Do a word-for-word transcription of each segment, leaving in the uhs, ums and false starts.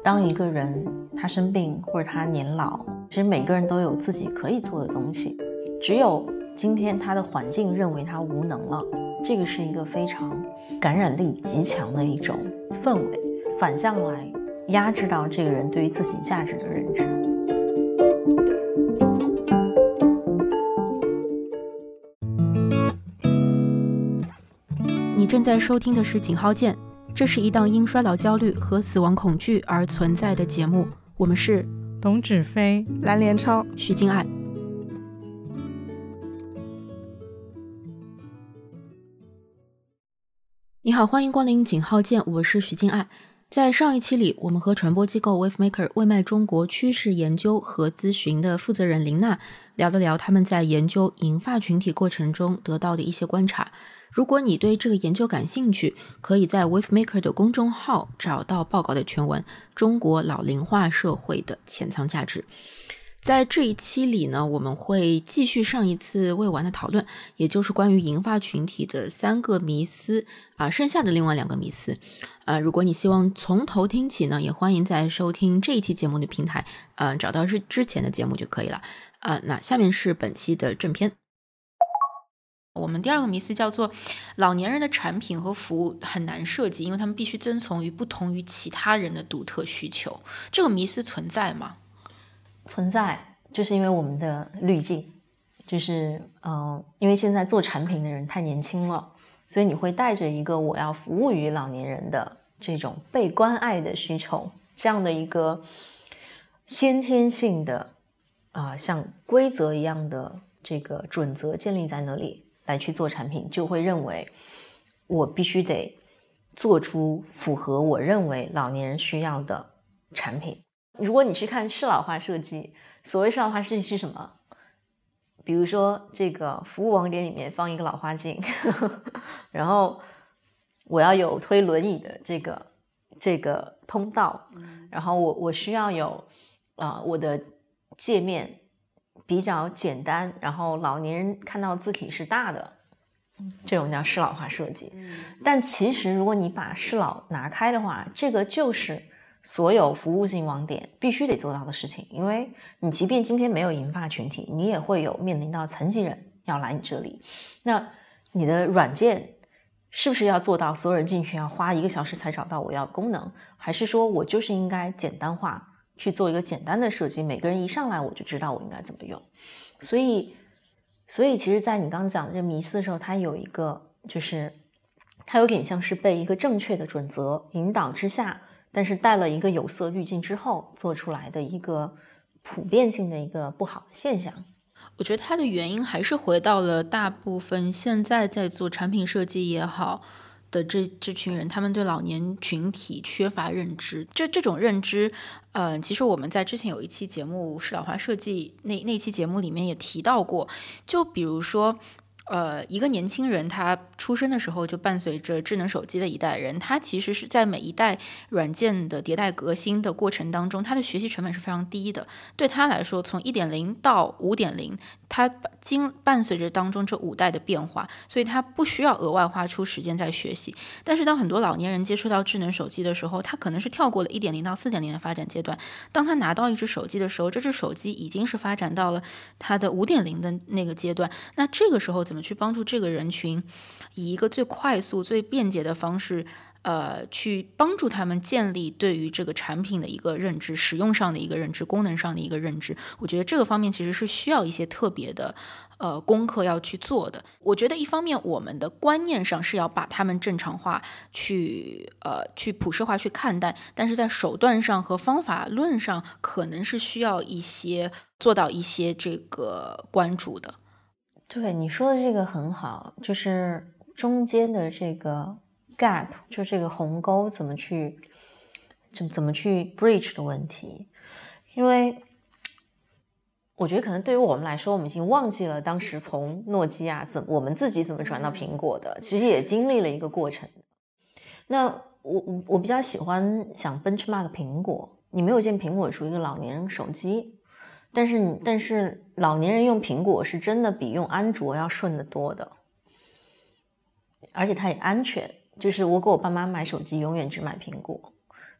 当一个人他生病或者他年老，其实每个人都有自己可以做的东西，只有今天他的环境认为他无能了，这个是一个非常感染力极强的一种氛围，反向来压制到这个人对于自己价值的认知。 你正在收听的是井号键，这是一档因衰老焦虑和死亡恐惧而存在的节目。我们是董芷菲、 蓝连超、 徐静爱。你好，欢迎光临井号键，我是徐静爱。在上一期里，我们和传播机构 Wavemaker 未卖中国趋势研究和咨询的负责人林娜聊了聊他们在研究银发群体过程中得到的一些观察。如果你对这个研究感兴趣，可以在 Wavemaker 的公众号找到报告的全文《中国老龄化社会的潜藏价值》。在这一期里呢，我们会继续上一次未完的讨论，也就是关于银发群体的三个迷思啊，剩下的另外两个迷思。呃，如果你希望从头听起呢，也欢迎在收听这一期节目的平台，呃，找到是之前的节目就可以了。呃，那下面是本期的正片。我们第二个迷思叫做老年人的产品和服务很难设计，因为他们必须遵从于不同于其他人的独特需求。这个迷思存在吗？ 存在，就是因为我们的滤镜，就是呃，因为现在做产品的人太年轻了，所以你会带着一个我要服务于老年人的这种被关爱的需求，这样的一个先天性的啊、呃，像规则一样的这个准则建立在那里来去做产品，就会认为我必须得做出符合我认为老年人需要的产品。如果你去看适老化设计，所谓适老化设计是什么？比如说这个服务网点里面放一个老花镜，呵呵，然后我要有推轮椅的这个这个通道，然后我我需要有啊、呃、我的界面比较简单，然后老年人看到字体是大的，这种叫适老化设计。但其实如果你把适老拿开的话，这个就是所有服务性网点必须得做到的事情，因为你即便今天没有银发群体，你也会有面临到残疾人要来你这里，那你的软件是不是要做到所有人进去要花一个小时才找到我要的功能，还是说我就是应该简单化去做一个简单的设计，每个人一上来我就知道我应该怎么用。所以所以其实在你刚刚讲的这迷思的时候，它有一个就是它有点像是被一个正确的准则引导之下，但是带了一个有色滤镜之后做出来的一个普遍性的一个不好的现象。 我觉得它的原因还是回到了大部分现在在做产品设计也好的这这群人，他们对老年群体缺乏认知。这这种认知，呃，其实我们在之前有一期节目适老化设计那那期节目里面也提到过，就比如说。呃，一个年轻人他出生的时候就伴随着智能手机的一代人，他其实是在每一代软件的迭代革新的过程当中，他的学习成本是非常低的。对他来说，从 一点零 到 五点零， 他经伴随着当中这五代的变化，所以他不需要额外花出时间在学习。但是当很多老年人接触到智能手机的时候，他可能是跳过了 一点零 到 四点零 的发展阶段，当他拿到一只手机的时候，这只手机已经是发展到了他的 五点零 的那个阶段。那这个时候怎么去帮助这个人群以一个最快速最便捷的方式呃，去帮助他们建立对于这个产品的一个认知，使用上的一个认知，功能上的一个认知。我觉得这个方面其实是需要一些特别的呃功课要去做的。我觉得一方面我们的观念上是要把他们正常化去呃去普世化去看待，但是在手段上和方法论上可能是需要一些做到一些这个关注的。 对，你说的这个很好，就是中间的这个 gap， 就这个鸿沟怎么去怎怎么去 bridge 的问题。因为我觉得可能对于我们来说，我们已经忘记了当时从诺基亚怎我们自己怎么转到苹果的，其实也经历了一个过程。那我我我比较喜欢想 benchmark 苹果，你没有见苹果属于一个老年人手机，但是但是老年人用苹果是真的比用安卓要顺得多的，而且它也安全。就是我给我爸妈买手机永远只买苹果，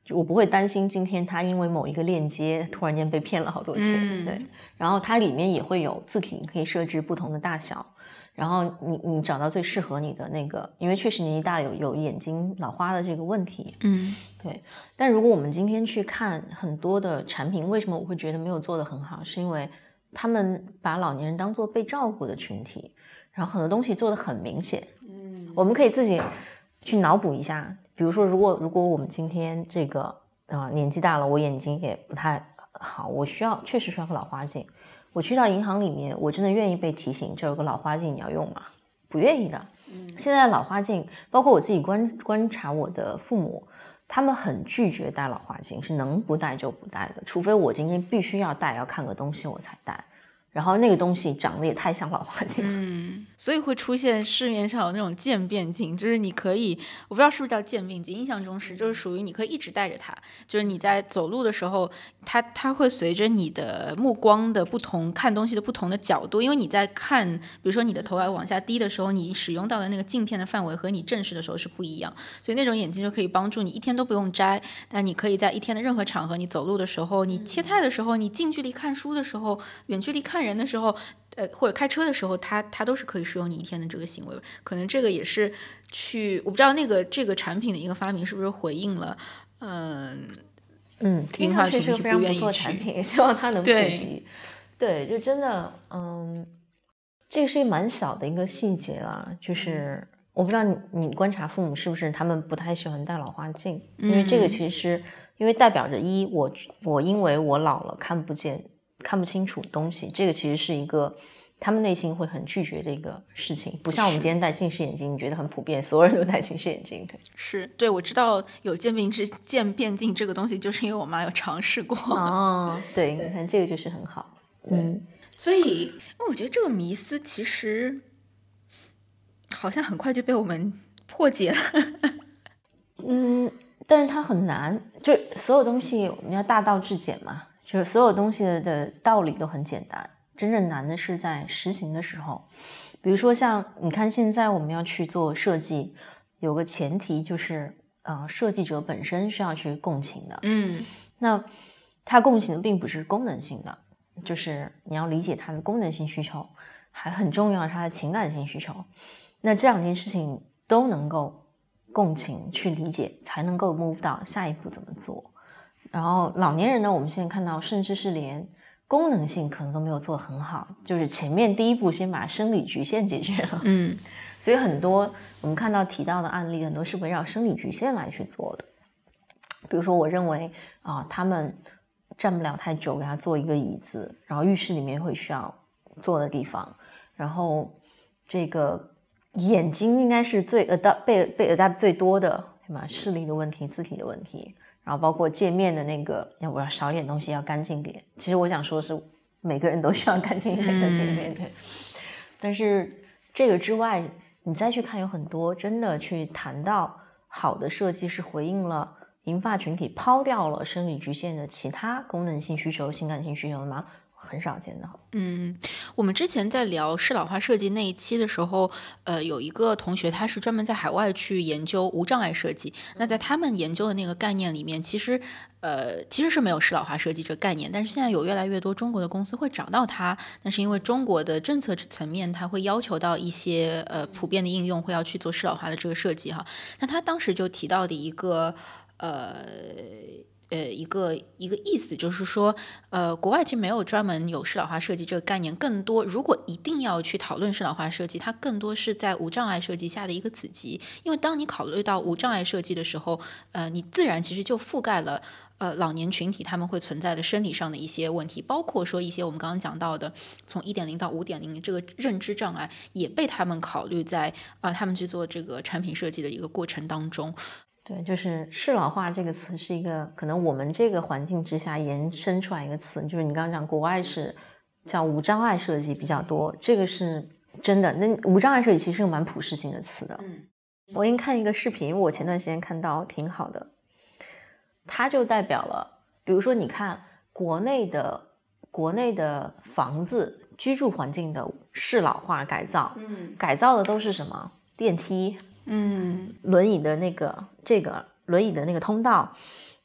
就我不会担心今天他因为某一个链接突然间被骗了好多钱。 嗯、 对，然后它里面也会有字体，你可以设置不同的大小，然后你你找到最适合你的那个，因为确实年纪大有有眼睛老花的这个问题。 嗯， 对。但如果我们今天去看很多的产品，为什么我会觉得没有做得很好，是因为他们把老年人当作被照顾的群体，然后很多东西做得很明显。嗯，我们可以自己去脑补一下，比如说如果如果我们今天这个啊、呃、年纪大了，我眼睛也不太好，我需要确实需要个老花镜，我去到银行里面，我真的愿意被提醒这有个老花镜你要用吗？不愿意的。嗯，现在老花镜包括我自己观观察我的父母，他们很拒绝戴老花镜，是能不戴就不戴的，除非我今天必须要戴，要看个东西我才戴，然后那个东西长得也太像老花镜了。 嗯，所以会出现市面上有那种渐变镜，就是你可以，我不知道是不是叫渐变镜，印象中是，就是属于你可以一直戴着它，就是你在走路的时候，它它会随着你的目光的不同，看东西的不同的角度，因为你在看，比如说你的头要往下低的时候，你使用到的那个镜片的范围和你正视的时候是不一样，所以那种眼镜就可以帮助你一天都不用摘，但你可以在一天的任何场合，你走路的时候，你切菜的时候，你近距离看书的时候，远距离看人的时候，呃，或者开车的时候，它它都是可以适用你一天的这个行为。可能这个也是去，我不知道那个这个产品的一个发明是不是回应了，嗯嗯， 银发群体不愿意去， 产品，希望它能普及。对，就真的，嗯，这个是一蛮小的一个细节啦，就是我不知道你你观察父母是不是他们不太喜欢戴老花镜， 嗯、 因为这个其实因为代表着一我我因为我老了看不见。看不清楚东西，这个其实是一个他们内心会很拒绝的一个事情，不像我们今天戴近视眼镜，你觉得很普遍，所有人都戴近视眼镜。对， 是对，我知道有渐变镜渐变镜这个东西，就是因为我妈有尝试过。 哦，对，你看这个就是很好。嗯， 所以我觉得这个迷思其实好像很快就被我们破解了。 嗯，但是它很难，就所有东西我们要大道至简嘛。就是所有东西的道理都很简单，真正难的是在实行的时候。比如说像你看现在我们要去做设计，有个前提就是呃，设计者本身需要去共情的。 嗯， 那他共情的并不是功能性的，就是你要理解他的功能性需求，还很重要他的情感性需求。那这两件事情都能够共情去理解，才能够 move 到下一步怎么做。然后老年人呢，我们现在看到甚至是连功能性可能都没有做很好，就是前面第一步先把生理局限解决了。 嗯， 所以很多我们看到提到的案例，很多是围绕生理局限来去做的。比如说我认为啊、呃，他们站不了太久，给他做一个椅子，然后浴室里面会需要坐的地方，然后这个眼睛应该是最 adapt 被被 adapt 最多的，对吧？视力的问题，字体的问题，然后包括界面的那个，要不要少一点东西，要干净点。其实我想说的是，每个人都需要干净一点的界面，对。但是这个之外，你再去看，有很多真的去谈到好的设计是回应了银发群体抛掉了生理局限的其他功能性需求、情感性需求的吗？很少见到。 嗯，我们之前在聊适老化设计那一期的时候，呃，有一个同学他是专门在海外去研究无障碍设计。那在他们研究的那个概念里面，其实呃其实是没有适老化设计这个概念，但是现在有越来越多中国的公司会找到它，那是因为中国的政策层面，它会要求到一些呃普遍的应用会要去做适老化的这个设计哈。那他当时就提到的一个呃。呃，一个一个意思就是说，呃，国外其实没有专门有适老化设计这个概念，更多如果一定要去讨论适老化设计，它更多是在无障碍设计下的一个子集。因为当你考虑到无障碍设计的时候，呃，你自然其实就覆盖了呃老年群体他们会存在的身体上的一些问题，包括说一些我们刚刚讲到的从 一点零 到 五点零 这个认知障碍，也被他们考虑在啊、呃、他们去做这个产品设计的一个过程当中。 对，就是适老化这个词是一个可能我们这个环境之下延伸出来一个词，就是你刚刚讲国外是叫无障碍设计比较多，这个是真的。那无障碍设计其实是个蛮普适性的词的。 嗯， 我给你看一个视频，我前段时间看到挺好的，它就代表了，比如说你看国内的国内的房子居住环境的适老化改造， 嗯， 改造的都是什么？电梯。 嗯， 轮椅的那个这个轮椅的那个通道，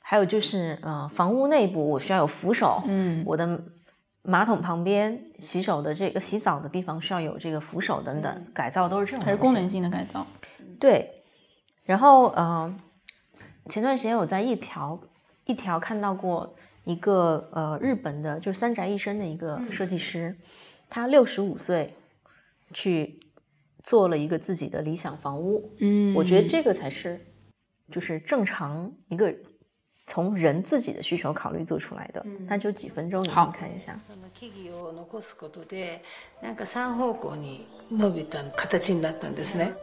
还有就是呃，房屋内部我需要有扶手， 嗯， 我的马桶旁边洗手的这个洗澡的地方需要有这个扶手等等，嗯、改造都是这种， 还是功能性的改造。 对，然后呃，前段时间我在一条一条看到过一个呃日本的就三宅一生的一个设计师，嗯、他六十五岁去做了一个自己的理想房屋， 嗯， 我觉得这个才是就是正常一个从人自己的需求考虑做出来的。嗯、那就几分钟，你们看一下。 その木々を残すことで、なんか三方向に伸びた形になったんですね。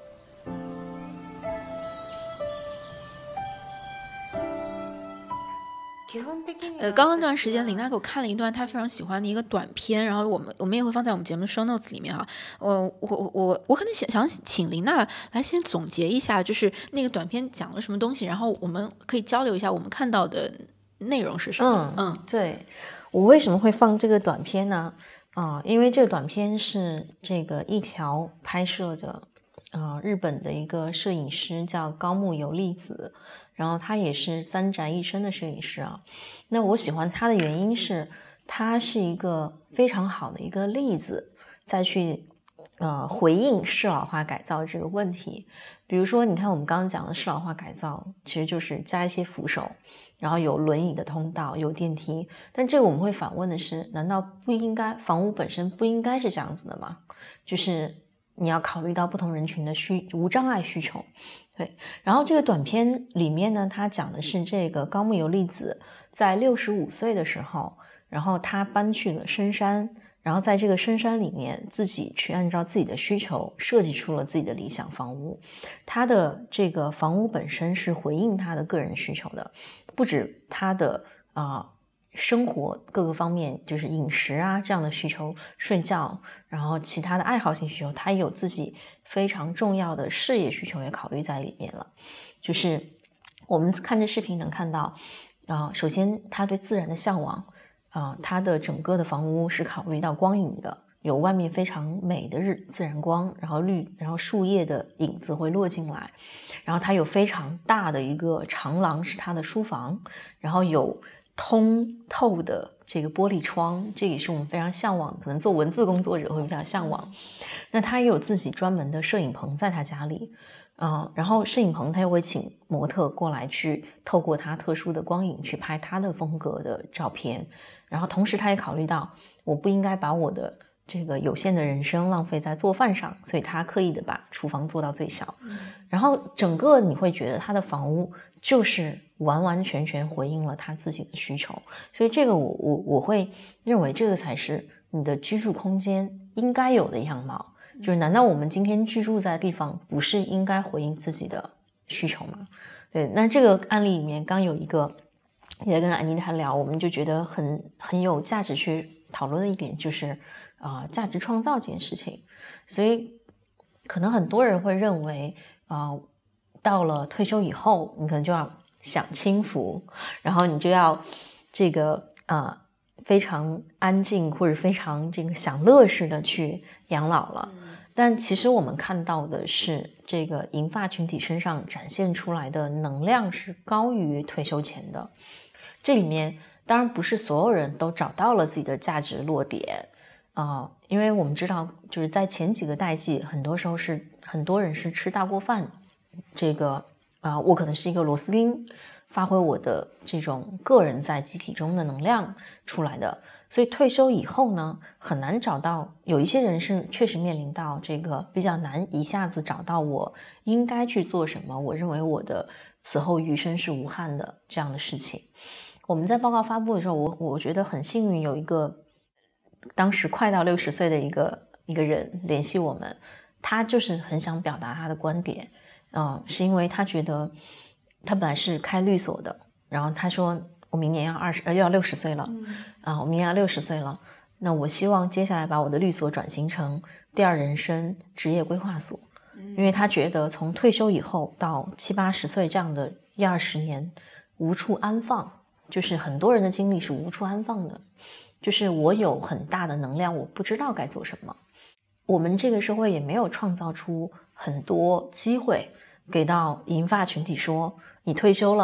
呃，刚刚那段时间，琳娜给我看了一段她非常喜欢的一个短片，然后我们我们也会放在我们节目 show notes 里面啊。呃，我我我我可能想想请琳娜来先总结一下，就是那个短片讲了什么东西，然后我们可以交流一下我们看到的内容是什么。 嗯嗯，对，我为什么会放这个短片呢？啊、呃，因为这个短片是这个一条拍摄的，呃，日本的一个摄影师叫高木由利子。然后他也是三宅一生的摄影师啊，那我喜欢他的原因是，他是一个非常好的一个例子，再去呃回应适老化改造这个问题。比如说，你看我们刚刚讲的适老化改造，其实就是加一些扶手，然后有轮椅的通道，有电梯。但这个我们会反问的是，难道不应该房屋本身不应该是这样子的吗？就是你要考虑到不同人群的需无障碍需求。对，然后这个短片里面呢，他讲的是这个高木由利子在六十五岁的时候，然后他搬去了深山，然后在这个深山里面自己去按照自己的需求设计出了自己的理想房屋。他的这个房屋本身是回应他的个人需求的，不止他的啊、呃、生活各个方面，就是饮食啊这样的需求，睡觉，然后其他的爱好性需求，他也有自己非常重要的事业需求也考虑在里面了。就是我们看这视频能看到，啊、呃，首先他对自然的向往，啊、呃，他的整个的房屋是考虑到光影的，有外面非常美的日自然光，然后绿，然后树叶的影子会落进来，然后他有非常大的一个长廊是他的书房，然后有通透的这个玻璃窗，这也是我们非常向往，可能做文字工作者会比较向往。那他也有自己专门的摄影棚在他家里，嗯，然后摄影棚他又会请模特过来去透过他特殊的光影去拍他的风格的照片，然后同时他也考虑到我不应该把我的这个有限的人生浪费在做饭上，所以他刻意的把厨房做到最小，然后整个你会觉得他的房屋就是完完全全回应了他自己的需求，所以这个我我我会认为这个才是你的居住空间应该有的样貌。就是难道我们今天居住在的地方不是应该回应自己的需求吗？对，那这个案例里面刚有一个也在跟安妮她聊，我们就觉得很很有价值去讨论的一点就是啊、呃，价值创造这件事情。所以可能很多人会认为啊、呃，到了退休以后你可能就要享清福，然后你就要这个呃非常安静或者非常这个享乐式的去养老了。但其实我们看到的是这个银发群体身上展现出来的能量是高于退休前的。这里面当然不是所有人都找到了自己的价值落点啊、呃，因为我们知道就是在前几个代际很多时候是很多人是吃大锅饭，这个啊、呃，我可能是一个螺丝钉，发挥我的这种个人在集体中的能量出来的。所以退休以后呢，很难找到，有一些人是确实面临到这个比较难一下子找到我应该去做什么，我认为我的此后余生是无憾的这样的事情。我们在报告发布的时候，我我觉得很幸运，有一个当时快到六十岁的一个一个人联系我们，他就是很想表达他的观点，嗯、呃，是因为他觉得他本来是开律所的，然后他说我明年要二十呃要六十岁了，嗯、啊，我明年要六十岁了，那我希望接下来把我的律所转型成第二人生职业规划所，嗯、因为他觉得从退休以后到七八十岁这样的一二十年无处安放，就是很多人的精力是无处安放的，就是我有很大的能量，我不知道该做什么。我们这个社会也没有创造出很多机会给到银发群体说，你退休了，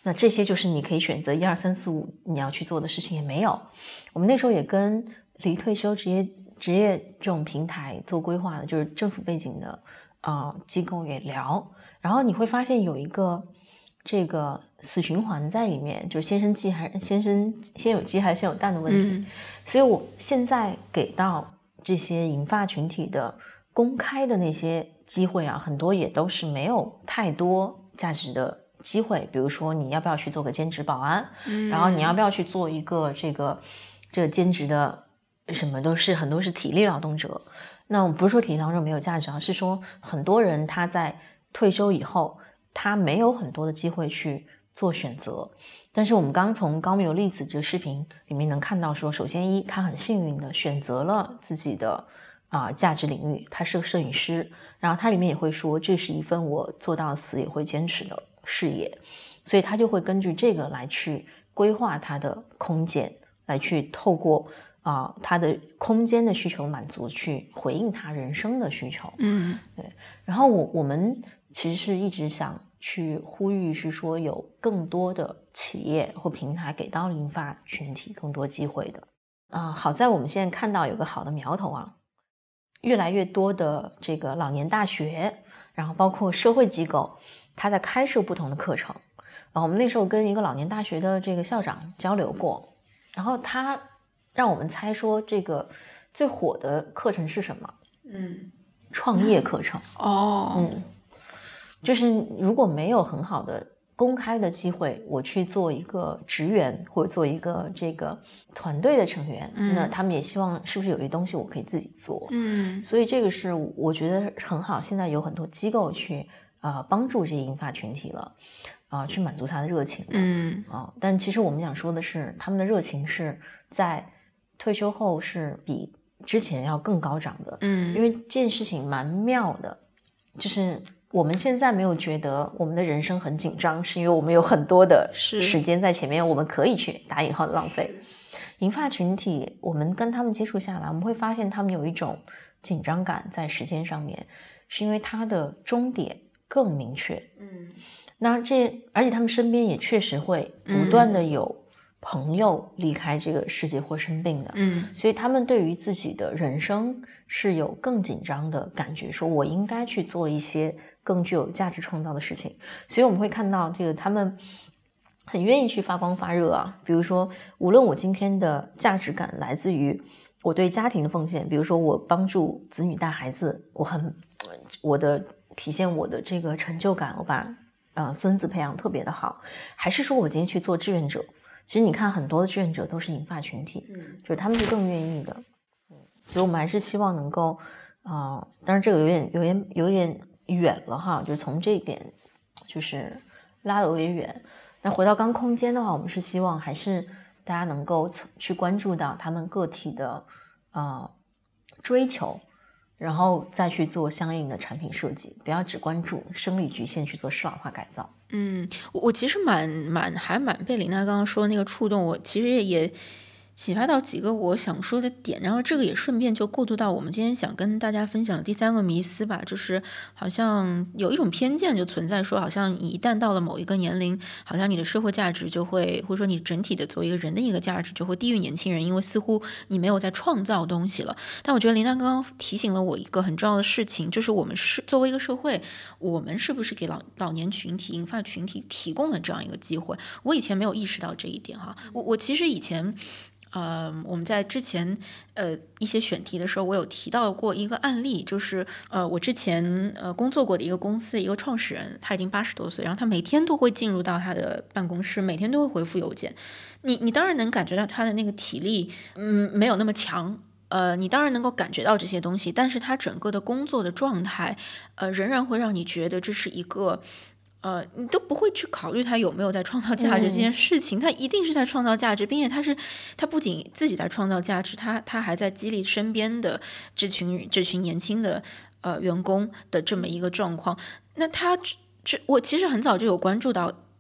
那这些就是你可以选择一二三四五你要去做的事情也没有。我们那时候也跟离退休职业职业这种平台做规划的，就是政府背景的呃机构也聊，然后你会发现有一个这个死循环在里面，就是先生鸡还是先生先有鸡还是先有蛋的问题、嗯、所以我现在给到这些银发群体的公开的那些机会啊，很多也都是没有太多价值的机会，比如说你要不要去做个兼职保安、嗯、然后你要不要去做一个这个这个兼职的什么，都是很多是体力劳动者。那我不是说体力劳动者没有价值啊，是说很多人他在退休以后他没有很多的机会去做选择。但是我们刚刚从高明有例子这个视频里面能看到说，首先一他很幸运的选择了自己的啊、呃、价值领域，他是个摄影师，然后他里面也会说这是一份我做到死也会坚持的事业，所以他就会根据这个来去规划他的空间，来去透过啊、呃、他的空间的需求满足去回应他人生的需求。 嗯， 对。然后我我们其实是一直想去呼吁，是说有更多的企业或平台给到银发群体更多机会的啊、呃。好在我们现在看到有个好的苗头啊，越来越多的这个老年大学，然后包括社会机构，他在开设不同的课程。然后我们那时候跟一个老年大学的这个校长交流过，然后他让我们猜说这个最火的课程是什么？ 嗯， 创业课程。 哦， 嗯，就是如果没有很好的公开的机会，我去做一个职员或者做一个这个团队的成员、嗯、那他们也希望是不是有些东西我可以自己做。 嗯， 所以这个是我觉得很好，现在有很多机构去呃帮助这些银发群体了啊、呃，去满足他的热情了。 嗯啊、呃，但其实我们想说的是，他们的热情是在退休后是比之前要更高涨的。 嗯， 因为这件事情蛮妙的，就是我们现在没有觉得我们的人生很紧张，是因为我们有很多的时间在前面，我们可以去打引号的浪费。银发群体，我们跟他们接触下来，我们会发现他们有一种紧张感在时间上面，是因为他的终点更明确。 嗯， 那这而且他们身边也确实会不断的有朋友离开这个世界或生病的。 嗯， 所以他们对于自己的人生是有更紧张的感觉，说我应该去做一些更具有价值创造的事情。所以我们会看到这个他们很愿意去发光发热啊，比如说无论我今天的价值感来自于我对家庭的奉献，比如说我帮助子女带孩子，我很我的体现我的这个成就感，我把呃孙子培养特别的好，还是说我今天去做志愿者，其实你看很多的志愿者都是银发群体， 嗯， 就是他们是更愿意的。嗯，所以我们还是希望能够啊、呃，当然这个有点有点有点远了哈，就是从这一点就是拉得有点远。那回到刚空间的话，我们是希望还是大家能够去关注到他们个体的呃追求，然后再去做相应的产品设计，不要只关注生理局限去做适老化改造。 嗯，我我其实蛮蛮还蛮被林娜刚刚说的那个触动，我其实也启发到几个我想说的点，然后这个也顺便就过渡到我们今天想跟大家分享的第三个迷思吧，就是好像有一种偏见就存在说，好像你一旦到了某一个年龄，好像你的社会价值就会，或者说你整体的作为一个人的一个价值就会低于年轻人，因为似乎你没有在创造东西了。但我觉得林娜刚刚提醒了我一个很重要的事情，就是我们是作为一个社会，我们是不是给老老年群体、银发群体提供了这样一个机会？我以前没有意识到这一点哈，我我其实以前。呃，我们在之前呃一些选题的时候，我有提到过一个案例，就是呃我之前呃工作过的一个公司的一个创始人，他已经八十多岁，然后他每天都会进入到他的办公室，每天都会回复邮件。你你当然能感觉到他的那个体力，嗯，没有那么强。呃，你当然能够感觉到这些东西，但是他整个的工作的状态，呃，仍然会让你觉得这是一个。呃，你都不会去考虑他有没有在创造价值这件事情，嗯、他一定是在创造价值，并且他是他不仅自己在创造价值，他他还在激励身边的这群这群年轻的呃员工的这么一个状况。那他这我其实很早就有关注到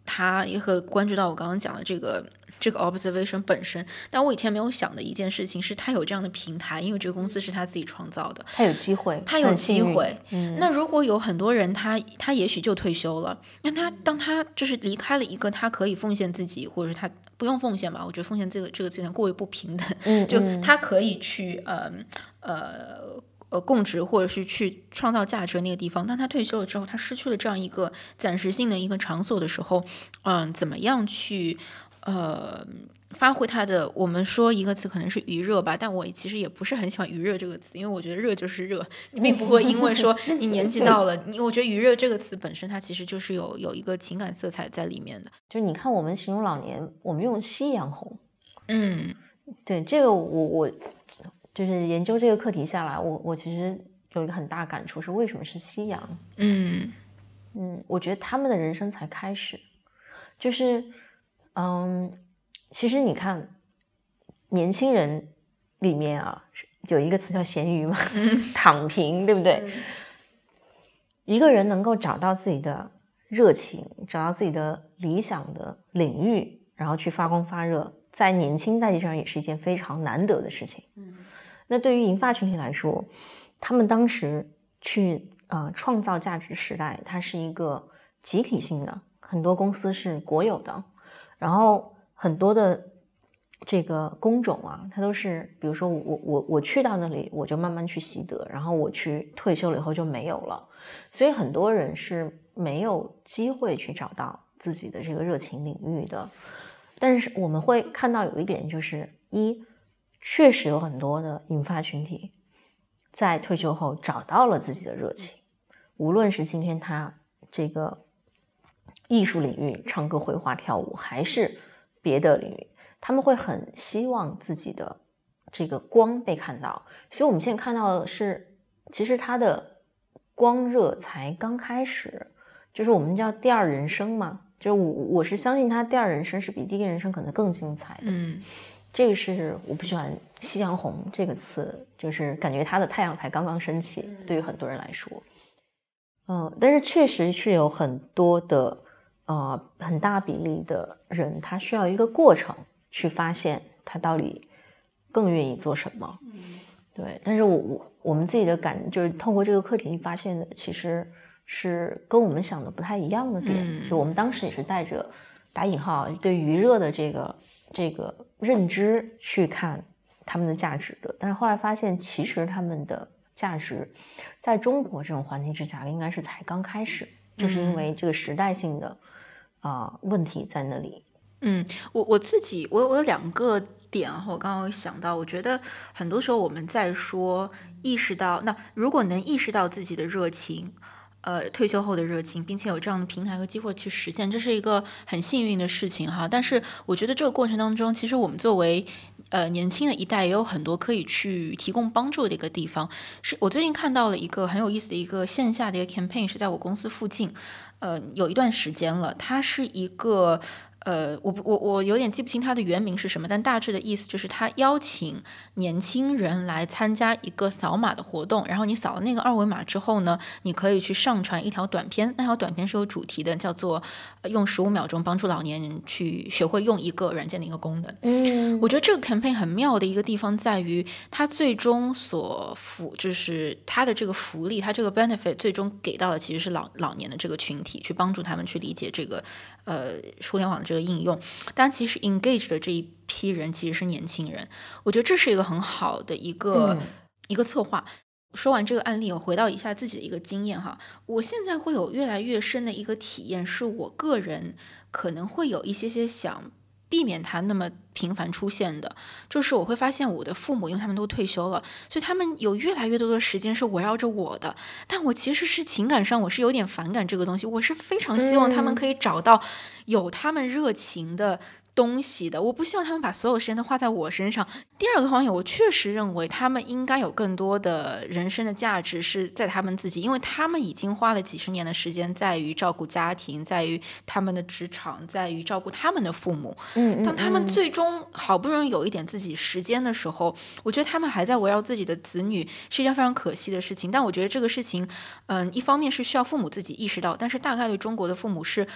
他也很关注到我刚刚讲的这个这个 observation 本身，但我以前没有想的一件事情是他有这样的平台，因为这个公司是他自己创造的， 他有机会， 他有机会。 嗯， 那如果有很多人他他也许就退休了，那他当他就是离开了一个他可以奉献自己，或者他不用奉献吧，我觉得奉献这个这个字有点过于不平等， 嗯， 就他可以去呃呃呃供职或者是去创造价值的那个地方，当他退休了之后，他失去了这样一个暂时性的一个场所的时候，嗯、呃，怎么样去呃发挥他的，我们说一个词可能是余热吧，但我其实也不是很喜欢余热这个词，因为我觉得热就是热，你并不会因为说你年纪到了，你我觉得余热这个词本身它其实就是有有一个情感色彩在里面的。 就你看我们形容老年，我们用夕阳红， 嗯， 对，这个我我就是研究这个课题下来，我我其实有一个很大感触是为什么是夕阳？ 嗯嗯，我觉得他们的人生才开始，就是嗯。其实你看，年轻人里面啊，有一个词叫咸鱼嘛，嗯、躺平，对不对？嗯、一个人能够找到自己的热情，找到自己的理想的领域，然后去发光发热，在年轻代际上也是一件非常难得的事情。嗯、那对于银发群体来说，他们当时去呃创造价值时代，它是一个集体性的，很多公司是国有的，然后。很多的这个工种啊，它都是，比如说我我我去到那里，我就慢慢去习得，然后我去退休了以后就没有了，所以很多人是没有机会去找到自己的这个热情领域的。但是我们会看到有一点就是，一，确实有很多的银发群体在退休后找到了自己的热情，无论是今天他这个艺术领域，唱歌、绘画、跳舞，还是别的领域，他们会很希望自己的这个光被看到，所以我们现在看到的是，其实他的光热才刚开始，就是我们叫第二人生嘛，就是我我是相信他第二人生是比第一人生可能更精彩的。 嗯， 这个是我不喜欢夕阳红这个词，就是感觉他的太阳才刚刚升起，对于很多人来说，嗯，但是确实是有很多的。呃，很大比例的人，他需要一个过程去发现他到底更愿意做什么。嗯、对，但是我我我们自己的感就是透过这个课题发现的，其实是跟我们想的不太一样的点。嗯、就我们当时也是带着打引号对余热的这个这个认知去看他们的价值的，但是后来发现，其实他们的价值在中国这种环境之下，应该是才刚开始，就是因为这个时代性的。啊、呃，问题在那里。 嗯，我我自己，我我有两个点啊，我刚刚有想到，我觉得很多时候我们在说意识到，那如果能意识到自己的热情，呃，退休后的热情，并且有这样的平台和机会去实现，这是一个很幸运的事情哈。但是我觉得这个过程当中，其实我们作为呃年轻的一代，也有很多可以去提供帮助的一个地方。是我最近看到了一个很有意思的一个线下的一个 campaign， 是在我公司附近。呃，有一段时间了，它是一个呃，我我我有点记不清它的原名是什么，但大致的意思就是它邀请年轻人来参加一个扫码的活动，然后你扫了那个二维码之后呢，你可以去上传一条短片，那条短片是有主题的，叫做、呃、用十五秒钟帮助老年人去学会用一个软件的一个功能。嗯，我觉得这个 campaign 很妙的一个地方在于，它最终所福就是它的这个福利，它这个 benefit 最终给到的其实是老老年的这个群体，去帮助他们去理解这个呃互联网的这个应用。但其实 engage 的这一批人其实是年轻人，我觉得这是一个很好的一个、嗯、一个策划。说完这个案例，我回到一下自己的一个经验哈，我现在会有越来越深的一个体验，是我个人可能会有一些些想避免它那么频繁出现的，就是我会发现我的父母因为他们都退休了，所以他们有越来越多的时间是围绕着我的，但我其实是情感上我是有点反感这个东西，我是非常希望他们可以找到有他们热情的东西的，我不希望他们把所有时间都花在我身上。第二个方面，我确实认为他们应该有更多的人生的价值是在他们自己，因为他们已经花了几十年的时间在于照顾家庭，在于他们的职场，在于照顾他们的父母。嗯，当他们最终好不容易有一点自己时间的时候，我觉得他们还在围绕自己的子女，是一件非常可惜的事情。但我觉得这个事情，嗯，一方面是需要父母自己意识到，但是大概率中国的父母是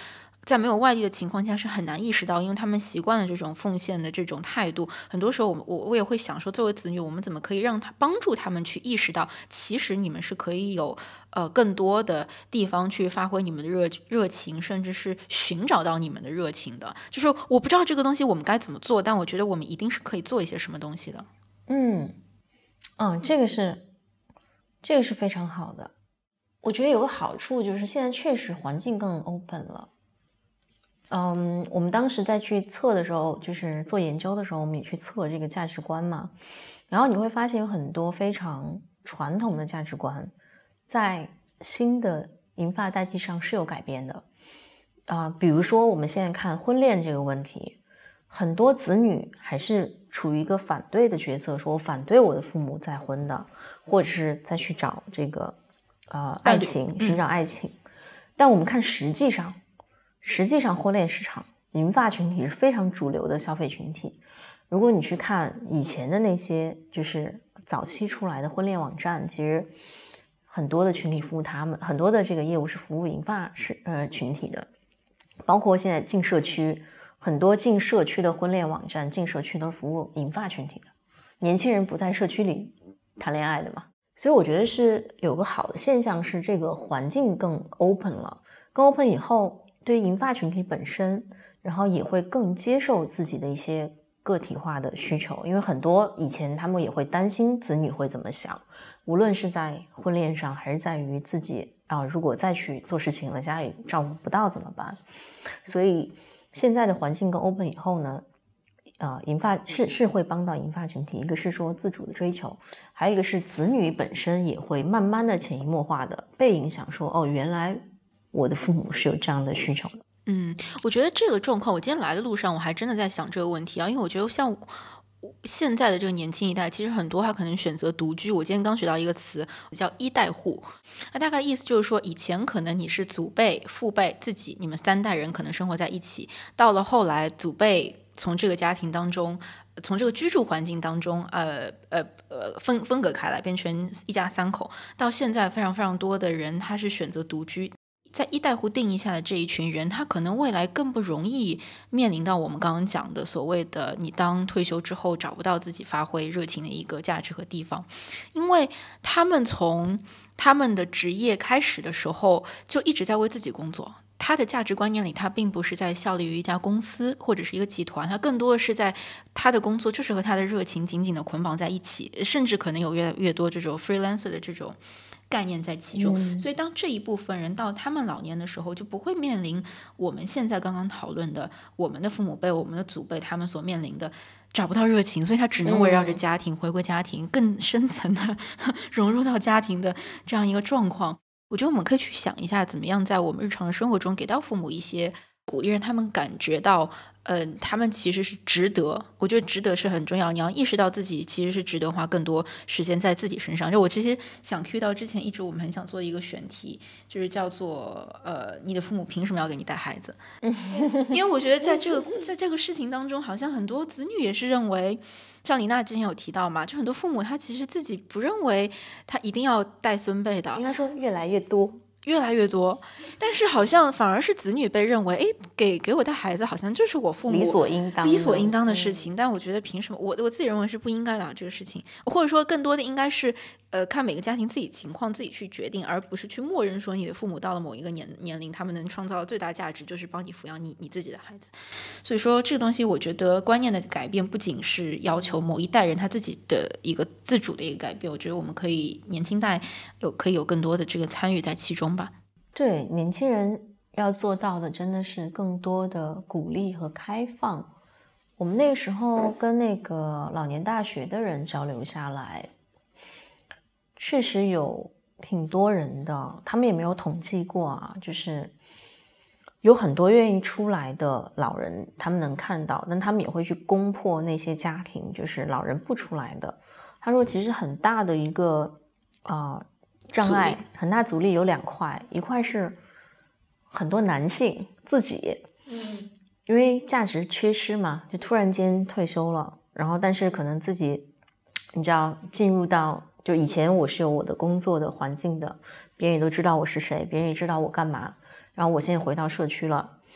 在没有外力的情况下是很难意识到，因为他们习惯了这种奉献的这种态度。很多时候我我我也会想说，作为子女，我们怎么可以让他帮助他们去意识到，其实你们是可以有呃更多的地方去发挥你们的热热情，甚至是寻找到你们的热情的。就是我不知道这个东西我们该怎么做，但我觉得我们一定是可以做一些什么东西的。 嗯嗯，这个是这个是非常好的。我觉得有个好处就是现在确实环境更 open 了。嗯，我们当时在去测的时候，就是做研究的时候，我们也去测这个价值观嘛。然后你会发现有很多非常传统的价值观，在新的银发代际上是有改变的。啊、呃，比如说我们现在看婚恋这个问题，很多子女还是处于一个反对的角色，说我反对我的父母再婚的，或者是再去找这个呃爱情，寻找爱情。嗯、但我们看实际上。实际上婚恋市场银发群体是非常主流的消费群体。如果你去看以前的那些就是早期出来的婚恋网站，其实很多的群体服务他们，很多的这个业务是服务银发是呃群体的。包括现在进社区，很多进社区的婚恋网站进社区都是服务银发群体的，年轻人不在社区里谈恋爱的嘛。所以我觉得是有个好的现象，是这个环境更 open 了，更 open 以后对于银发群体本身，然后也会更接受自己的一些个体化的需求。因为很多以前他们也会担心子女会怎么想，无论是在婚恋上还是在于自己啊，如果再去做事情了，家里照顾不到怎么办。所以现在的环境更 open 以后呢，呃，银发是是会帮到银发群体，一个是说自主的追求，还有一个是子女本身也会慢慢的潜移默化的被影响，说哦，原来我的父母是有这样的需求的。 嗯，我觉得这个状况，我今天来的路上，我还真的在想这个问题啊，因为我觉得像现在的这个年轻一代，其实很多他可能选择独居。我今天刚学到一个词叫一代户，那大概意思就是说，以前可能你是祖辈、父辈自己，你们三代人可能生活在一起，到了后来祖辈从这个家庭当中，从这个居住环境当中，呃呃呃分分隔开来，变成一家三口。到现在非常非常多的人，他是选择独居。在一代户定义下的这一群人，他可能未来更不容易面临到我们刚刚讲的所谓的你当退休之后找不到自己发挥热情的一个价值和地方，因为他们从他们的职业开始的时候就一直在为自己工作。他的价值观念里，他并不是在效力于一家公司或者是一个集团，他更多的是在他的工作就是和他的热情紧紧的捆绑在一起，甚至可能有越来越多这种 freelancer 的这种概念在其中。 嗯、 所以当这一部分人到他们老年的时候，就不会面临我们现在刚刚讨论的我们的父母辈、我们的祖辈他们所面临的找不到热情，所以他只能围绕着家庭、嗯、回归家庭，更深层的融入到家庭的这样一个状况。我觉得我们可以去想一下，怎么样在我们日常的生活中给到父母一些鼓励，让他们感觉到呃，他们其实是值得。我觉得值得是很重要，你要意识到自己其实是值得花更多时间在自己身上。就我其实想 cue 到之前一直我们很想做的一个选题，就是叫做呃，你的父母凭什么要给你带孩子？因为我觉得在这个在这个事情当中，好像很多子女也是认为，像李娜之前有提到嘛，就很多父母他其实自己不认为他一定要带孙辈的， 应该说越来越多。 越来越多，但是好像反而是子女被认为，哎，给给我带孩子好像就是我父母理所应当理所应当的事情。嗯、但我觉得凭什么？我我自己认为是不应该的这个事情，或者说更多的应该是，呃，看每个家庭自己情况自己去决定，而不是去默认说你的父母到了某一个年年龄，他们能创造的最大价值就是帮你抚养你你自己的孩子。所以说这个东西，我觉得观念的改变不仅是要求某一代人他自己的一个自主的一个改变，我觉得我们可以年轻代有可以有更多的这个参与在其中吧。 对，年轻人要做到的真的是更多的鼓励和开放。我们那个时候跟那个老年大学的人交流下来，确实有挺多人的，他们也没有统计过啊，就是有很多愿意出来的老人，他们能看到，但他们也会去攻破那些家庭，就是老人不出来的。他说其实很大的一个啊、呃障碍，很大阻力有两块，一块是很多男性自己，嗯，因为价值缺失嘛，就突然间退休了，然后但是可能自己，你知道进入到就以前我是有我的工作的环境的，别人也都知道我是谁，别人也知道我干嘛，然后我现在回到社区了，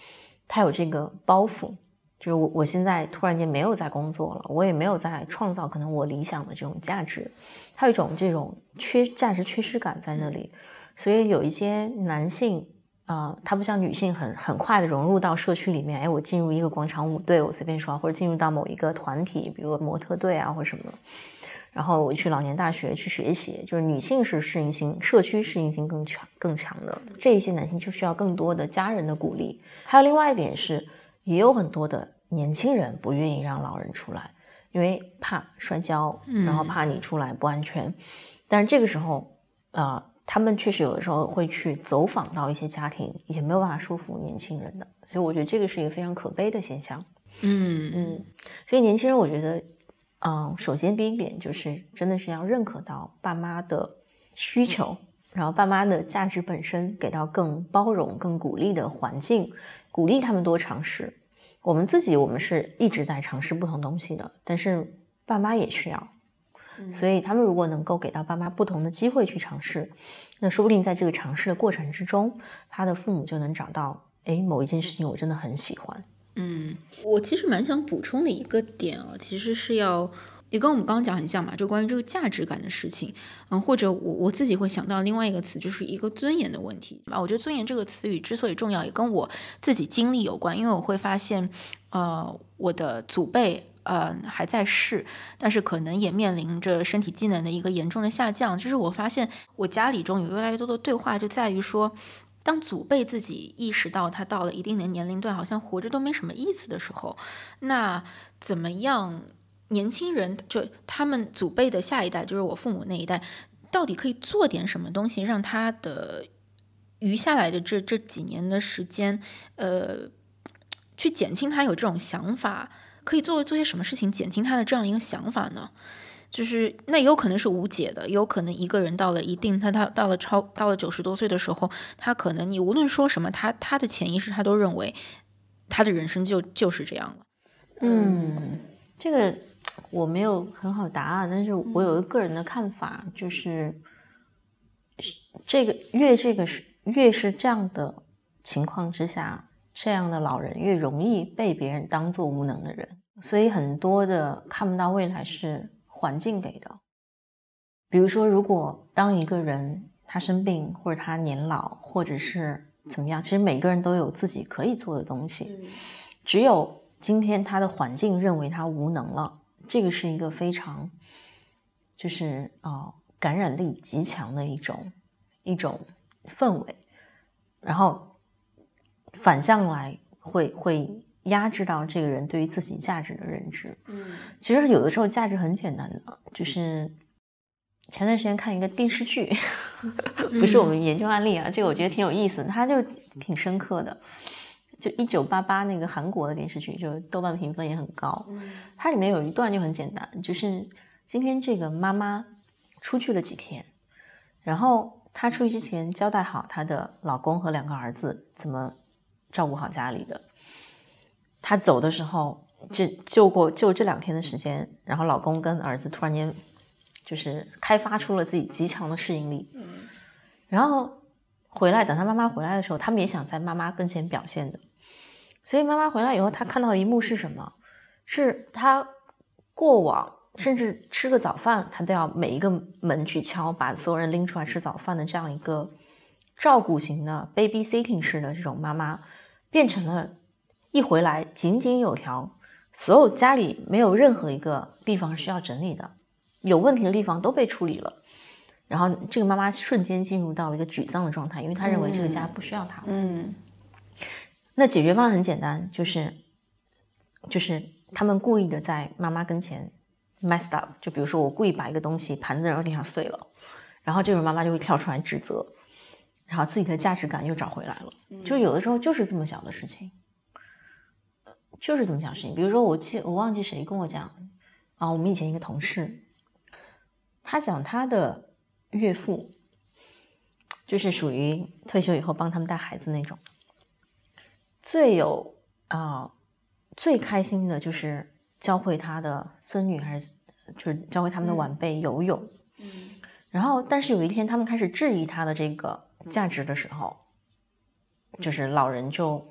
他有这个包袱，就是我我现在突然间没有在工作了，我也没有在创造可能我理想的这种价值，他有一种这种缺价值缺失感在那里。所以有一些男性啊、呃，他不像女性很很快的融入到社区里面，哎，我进入一个广场舞队，我随便说，或者进入到某一个团体，比如模特队啊或者什么的，然后我去老年大学去学习，就是女性是适应性，社区适应性更强更强的，这一些男性就需要更多的家人的鼓励。还有另外一点是，也有很多的年轻人不愿意让老人出来，因为怕摔跤，然后怕你出来不安全。嗯、但是这个时候啊、呃，他们确实有的时候会去走访到一些家庭，也没有办法说服年轻人的，所以我觉得这个是一个非常可悲的现象。 嗯嗯，所以年轻人我觉得嗯，首先第一点就是真的是要认可到爸妈的需求，然后爸妈的价值本身，给到更包容更鼓励的环境，鼓励他们多尝试。我们自己我们是一直在尝试不同东西的，但是爸妈也需要，所以他们如果能够给到爸妈不同的机会去尝试，那说不定在这个尝试的过程之中，他的父母就能找到，诶，某一件事情我真的很喜欢。 嗯，我其实蛮想补充的一个点啊，其实是要也跟我们刚刚讲很像嘛，就关于这个价值感的事情，嗯，或者我我自己会想到另外一个词，就是一个尊严的问题啊。我觉得尊严这个词语之所以重要，也跟我自己经历有关，因为我会发现，呃，我的祖辈呃还在世，但是可能也面临着身体机能的一个严重的下降。就是我发现我家里中有越来越多的对话，就在于说，当祖辈自己意识到他到了一定的年龄段，好像活着都没什么意思的时候，那怎么样年轻人，就他们祖辈的下一代，就是我父母那一代，到底可以做点什么东西，让他的余下来的这这几年的时间，呃，去减轻他有这种想法，可以做做些什么事情减轻他的这样一个想法呢？就是那也有可能是无解的，也有可能一个人到了一定他他到了超到了九十多岁的时候，他可能你无论说什么，他他的潜意识他都认为他的人生就就是这样了。 嗯，这个我没有很好的答案，但是我有一个个人的看法，嗯、就是这个越这个是越是这样的情况之下，这样的老人越容易被别人当作无能的人，所以很多的看不到未来是环境给的。比如说，如果当一个人他生病，或者他年老，或者是怎么样，其实每个人都有自己可以做的东西，只有今天他的环境认为他无能了，这个是一个非常就是呃感染力极强的一种一种氛围，然后反向来会会压制到这个人对于自己价值的认知。嗯，其实有的时候价值很简单的，就是前段时间看一个电视剧，不是我们研究案例啊，这个我觉得挺有意思，它就挺深刻的。就一九八八那个韩国的电视剧，就豆瓣评分也很高。它里面有一段就很简单，就是今天这个妈妈出去了几天，然后她出去之前交代好她的老公和两个儿子怎么照顾好家里的。她走的时候，就就过就这两天的时间，然后老公跟儿子突然间就是开发出了自己极强的适应力，然后回来，等他妈妈回来的时候，他们也想在妈妈跟前表现的。所以妈妈回来以后，他看到的一幕是什么？是他过往甚至吃个早饭，他都要每一个门去敲，把所有人拎出来吃早饭的这样一个照顾型的 babysitting 式的这种妈妈，变成了一回来井井有条，所有家里没有任何一个地方是要整理的，有问题的地方都被处理了。然后这个妈妈瞬间进入到了一个沮丧的状态，因为她认为这个家不需要她了。嗯，那解决方案很简单，就是就是他们故意的在妈妈跟前 messed up， 就比如说我故意把一个东西盘子然后地上碎了，然后这种妈妈就会跳出来指责，然后自己的价值感又找回来了。就有的时候就是这么小的事情，就是这么小的事情。比如说我记我忘记谁跟我讲啊，我们以前一个同事，他讲他的岳父就是属于退休以后帮他们带孩子那种，最有啊、呃、最开心的就是教会他的孙女，还是就是教会他们的晚辈游泳。嗯，然后但是有一天他们开始质疑他的这个价值的时候，就是老人就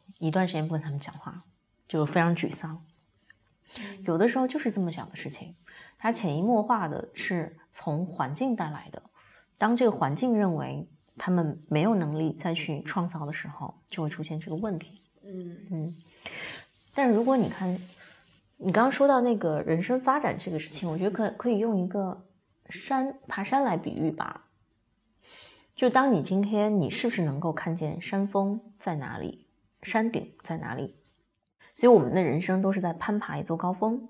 一段时间不跟他们讲话，就非常沮丧。有的时候就是这么小的事情，它潜移默化的是从环境带来的。当这个环境认为他们没有能力再去创造的时候，就会出现这个问题。 嗯嗯。但是如果你看，你刚刚说到那个人生发展这个事情，我觉得可可以用一个山爬山来比喻吧。就当你今天你是不是能够看见山峰在哪里，山顶在哪里？所以我们的人生都是在攀爬一座高峰。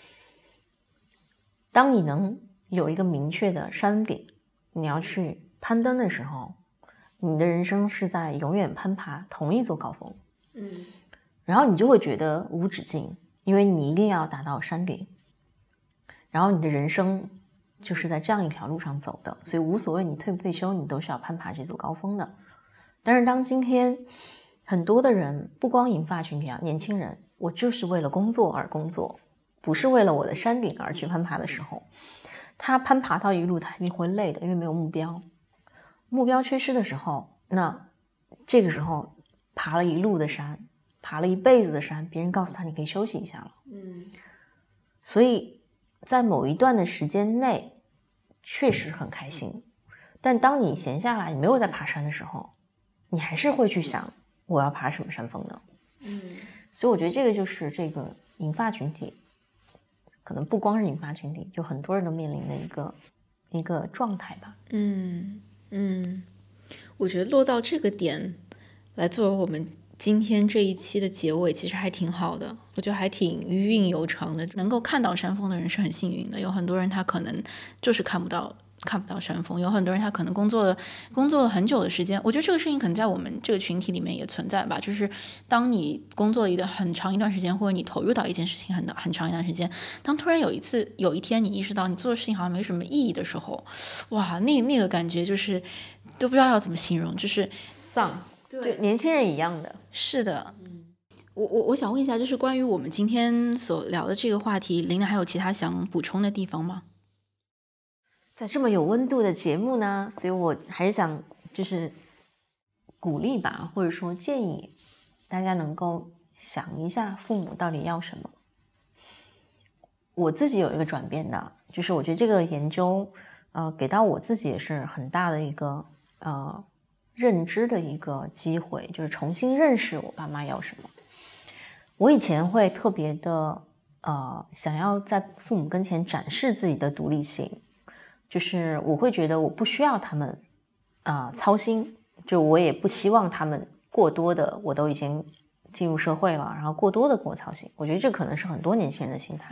当你能有一个明确的山顶，你要去攀登的时候，你的人生是在永远攀爬同一座高峰。 嗯， 然后你就会觉得无止境，因为你一定要达到山顶，然后你的人生就是在这样一条路上走的，所以无所谓你退不退休，你都是要攀爬这座高峰的。但是当今天很多的人，不光银发群体啊，年轻人，我就是为了工作而工作，不是为了我的山顶而去攀爬的时候，他攀爬到一路他一定会累的，因为没有目标，目标缺失的时候，那这个时候爬了一路的山，爬了一辈子的山，别人告诉他你可以休息一下了。 嗯， 所以在某一段的时间内确实很开心，但当你闲下来，你没有在爬山的时候，你还是会去想我要爬什么山峰呢？ 嗯， 所以我觉得这个就是这个银发群体，可能不光是银发群体，就很多人都面临的一个一个状态吧。 嗯嗯，我觉得落到这个点来作为我们今天这一期的结尾，其实还挺好的，我觉得还挺余韵悠长的。能够看到山峰的人是很幸运的，有很多人他可能就是看不到看不到山峰，有很多人他可能工作了工作了很久的时间。我觉得这个事情可能在我们这个群体里面也存在吧，就是当你工作了一段很长一段时间，或者你投入到一件事情很很长一段时间，当突然有一次有一天你意识到你做的事情好像没什么意义的时候，哇，那那个感觉就是都不知道要怎么形容，就是丧，就年轻人一样的。 是的。我我我想问一下，就是关于我们今天所聊的这个话题，琳娜还有其他想补充的地方吗？ 在这么有温度的节目呢，所以我还是想就是鼓励吧，或者说建议大家能够想一下父母到底要什么。我自己有一个转变的，就是我觉得这个研究呃给到我自己也是很大的一个呃认知的一个机会，就是重新认识我爸妈要什么。我以前会特别的呃想要在父母跟前展示自己的独立性，就是我会觉得我不需要他们啊、呃、操心，就我也不希望他们过多的，我都已经进入社会了，然后过多的给我操心。我觉得这可能是很多年轻人的心态。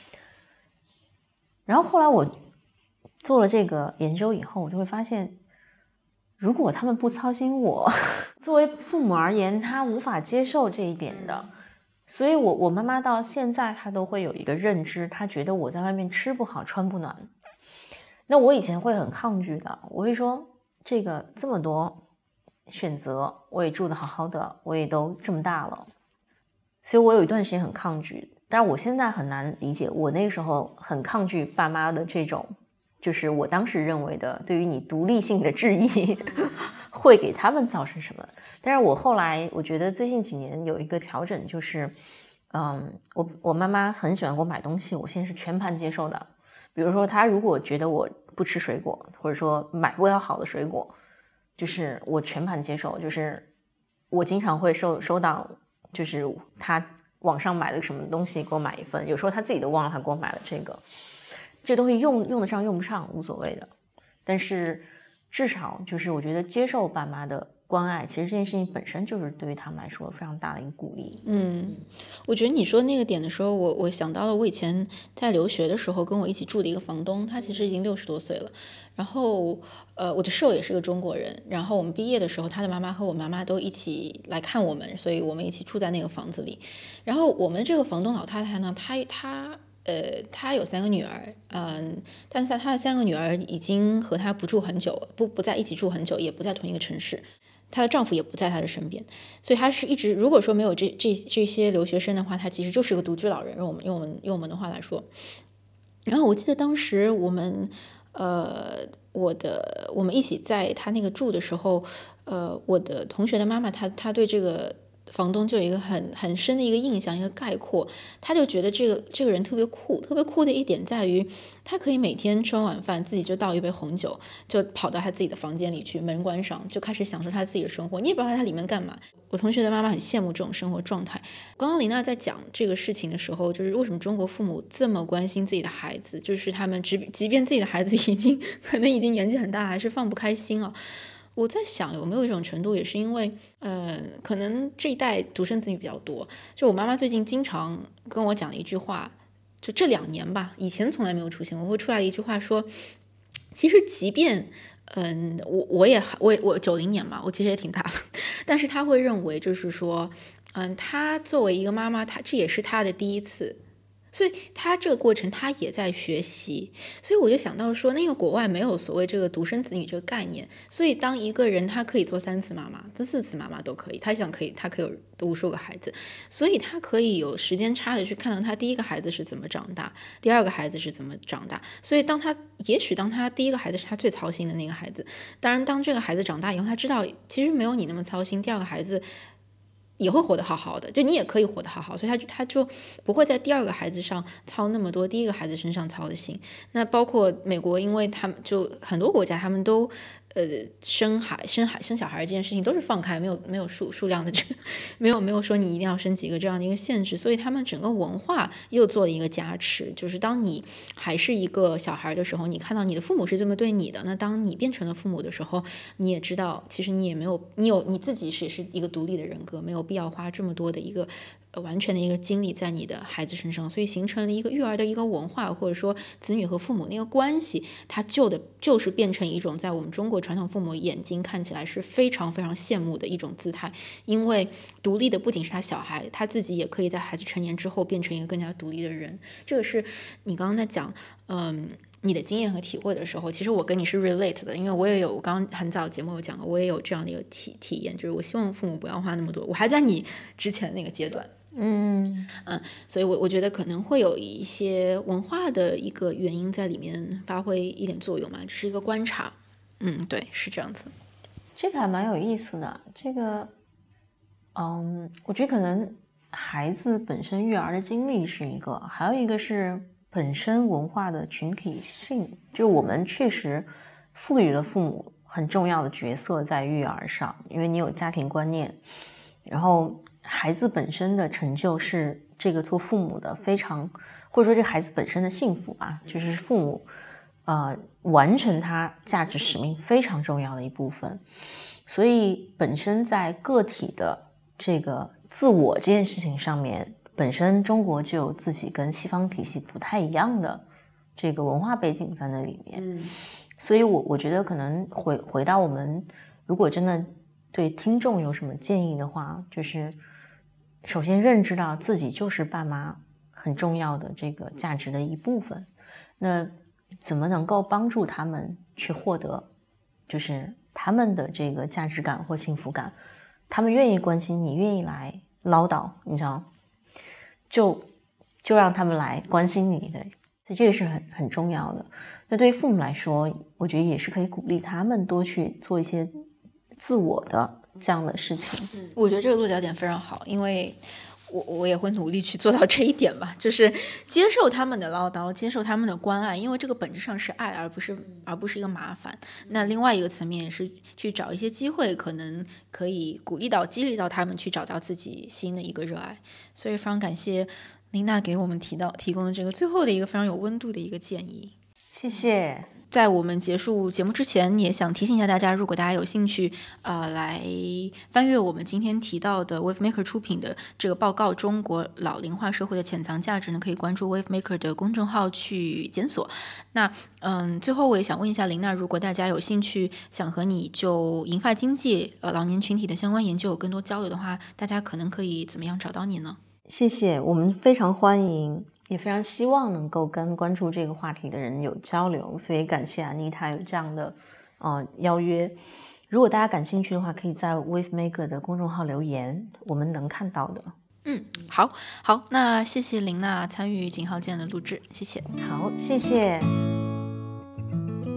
然后后来我做了这个研究以后，我就会发现，如果他们不操心我，作为父母而言，他无法接受这一点的。所以我我妈妈到现在她都会有一个认知，她觉得我在外面吃不好穿不暖。那我以前会很抗拒的，我会说这个这么多选择，我也住得好好的，我也都这么大了，所以我有一段时间很抗拒。但是我现在很难理解，我那个时候很抗拒爸妈的这种，就是我当时认为的对于你独立性的质疑会给他们造成什么。但是我后来我觉得最近几年有一个调整，就是嗯，我我妈妈很喜欢给我买东西，我现在是全盘接受的。比如说她如果觉得我不吃水果，或者说买不了好的水果，就是我全盘接受。就是我经常会收收到，就是她网上买了什么东西给我买一份，有时候她自己都忘了她给我买了这个，这东西用用得上用不上无所谓的，但是至少就是我觉得接受爸妈的关爱，其实这件事情本身就是对于他们来说非常大的一个鼓励。 嗯，我觉得你说那个点的时候，我我想到了我以前在留学的时候跟我一起住的一个房东，他其实已经六十多岁了。然后呃，我的室友也是个中国人。然后我们毕业的时候，他的妈妈和我妈妈都一起来看我们，所以我们一起住在那个房子里。然后我们这个房东老太太呢，她她呃，她有三个女儿，嗯，但是她的三个女儿已经和她不住很久，不不在一起住很久，也不在同一个城市。她的丈夫也不在她的身边，所以她是一直，如果说没有这这这些留学生的话，她其实就是个独居老人，用我们用我们用我们的话来说。然后我记得当时我们呃，我的我们一起在她那个住的时候，呃，我的同学的妈妈她她对这个房东就有一个很很深的一个印象，一个概括，他就觉得这个这个人特别酷，特别酷的一点在于，他可以每天吃完晚饭自己就倒一杯红酒，就跑到他自己的房间里去，门关上，就开始享受他自己的生活，你也不知道他在里面干嘛。我同学的妈妈很羡慕这种生活状态。刚刚琳娜在讲这个事情的时候，就是为什么中国父母这么关心自己的孩子，就是他们即即便自己的孩子已经可能已经年纪很大，还是放不开心啊。我在想有没有一种程度也是因为呃，可能这一代独生子女比较多，就我妈妈最近经常跟我讲的一句话，就这两年吧，以前从来没有出现，我会出来一句话说，其实即便嗯，我我也我也我九零年嘛，我其实也挺大的，但是他会认为就是说嗯，他作为一个妈妈，他这也是他的第一次，所以他这个过程他也在学习。所以我就想到说，那因为国外没有所谓这个独生子女这个概念，所以当一个人他可以做三次妈妈，这四次妈妈都可以，他想可以他可以有无数个孩子，所以他可以有时间差的去看到他第一个孩子是怎么长大，第二个孩子是怎么长大。所以当他也许当他第一个孩子是他最操心的那个孩子，当然当这个孩子长大以后，他知道其实没有你那么操心，第二个孩子也会活得好好的，就你也可以活得好好，所以他就他就不会在第二个孩子上操那么多第一个孩子身上操的心。那包括美国，因为他们就很多国家他们都呃生孩生孩生小孩这件事情都是放开，没有没有数数量的这个没有没有说你一定要生几个这样的一个限制，所以他们整个文化又做了一个加持，就是当你还是一个小孩的时候，你看到你的父母是这么对你的，那当你变成了父母的时候，你也知道其实你也没有你有你自己是也是一个独立的人格，没有必要花这么多的一个完全的一个精力在你的孩子身上，所以形成了一个育儿的一个文化，或者说子女和父母那个关系，它就的就是变成一种在我们中国传统父母眼睛看起来是非常非常羡慕的一种姿态。因为独立的不仅是他小孩，他自己也可以在孩子成年之后变成一个更加独立的人。这个是你刚刚在讲嗯你的经验和体会的时候，其实我跟你是 relate 的，因为我也有，我刚刚很早节目有讲过，我也有这样的一个体体验，就是我希望父母不要花那么多，我还在你之前那个阶段。 嗯嗯，所以我我觉得可能会有一些文化的一个原因在里面发挥一点作用嘛，只是一个观察。嗯，对，是这样子。 这个还蛮有意思的。这个，嗯，我觉得可能孩子本身育儿的经历是一个，还有一个是本身文化的群体性，就我们确实赋予了父母很重要的角色在育儿上，因为你有家庭观念，然后孩子本身的成就是这个做父母的非常，或者说这孩子本身的幸福啊，就是父母呃完成他价值使命非常重要的一部分。所以本身在个体的这个自我这件事情上面，本身中国就有自己跟西方体系不太一样的这个文化背景在那里面。 嗯， 所以我我觉得可能回回到我们，如果真的对听众有什么建议的话，就是首先认知到自己就是爸妈很重要的这个价值的一部分，那怎么能够帮助他们去获得就是他们的这个价值感或幸福感，他们愿意关心你，愿意来唠叨，你知道，就就让他们来关心你的，所以这个是很很重要的。那对于父母来说，我觉得也是可以鼓励他们多去做一些自我的这样的事情。 嗯，我觉得这个落脚点非常好，因为我我也会努力去做到这一点吧，就是接受他们的唠叨，接受他们的关爱，因为这个本质上是爱，而不是而不是一个麻烦。那另外一个层面也是去找一些机会，可能可以鼓励到、激励到他们去找到自己新的一个热爱。所以非常感谢琳娜给我们提到提供的这个最后的一个非常有温度的一个建议。 谢谢。 在我们结束节目之前，也想提醒一下大家，如果大家有兴趣呃，来翻阅我们今天提到的 Wavemaker 出品的这个报告《中国老龄化社会的潜藏价值》呢，可以关注 Wavemaker 的公众号去检索。那嗯，最后我也想问一下琳娜，如果大家有兴趣想和你就银发经济呃老年群体的相关研究有更多交流的话，大家可能可以怎么样找到你呢？ 谢谢，我们非常欢迎，也非常希望能够跟关注这个话题的人有交流，所以感谢安妮塔有这样的呃邀约。如果大家感兴趣的话，可以在 Wavemaker 的公众号留言，我们能看到的。 嗯，好好，那谢谢琳娜参与井号键的录制，谢谢。 好，谢谢。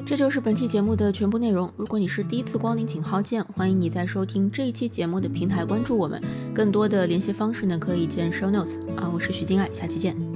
这就是本期节目的全部内容。如果你是第一次光临井号键，欢迎你在收听这一期节目的平台关注我们，更多的联系方式呢可以见 show notes 啊。我是徐静爱，下期见。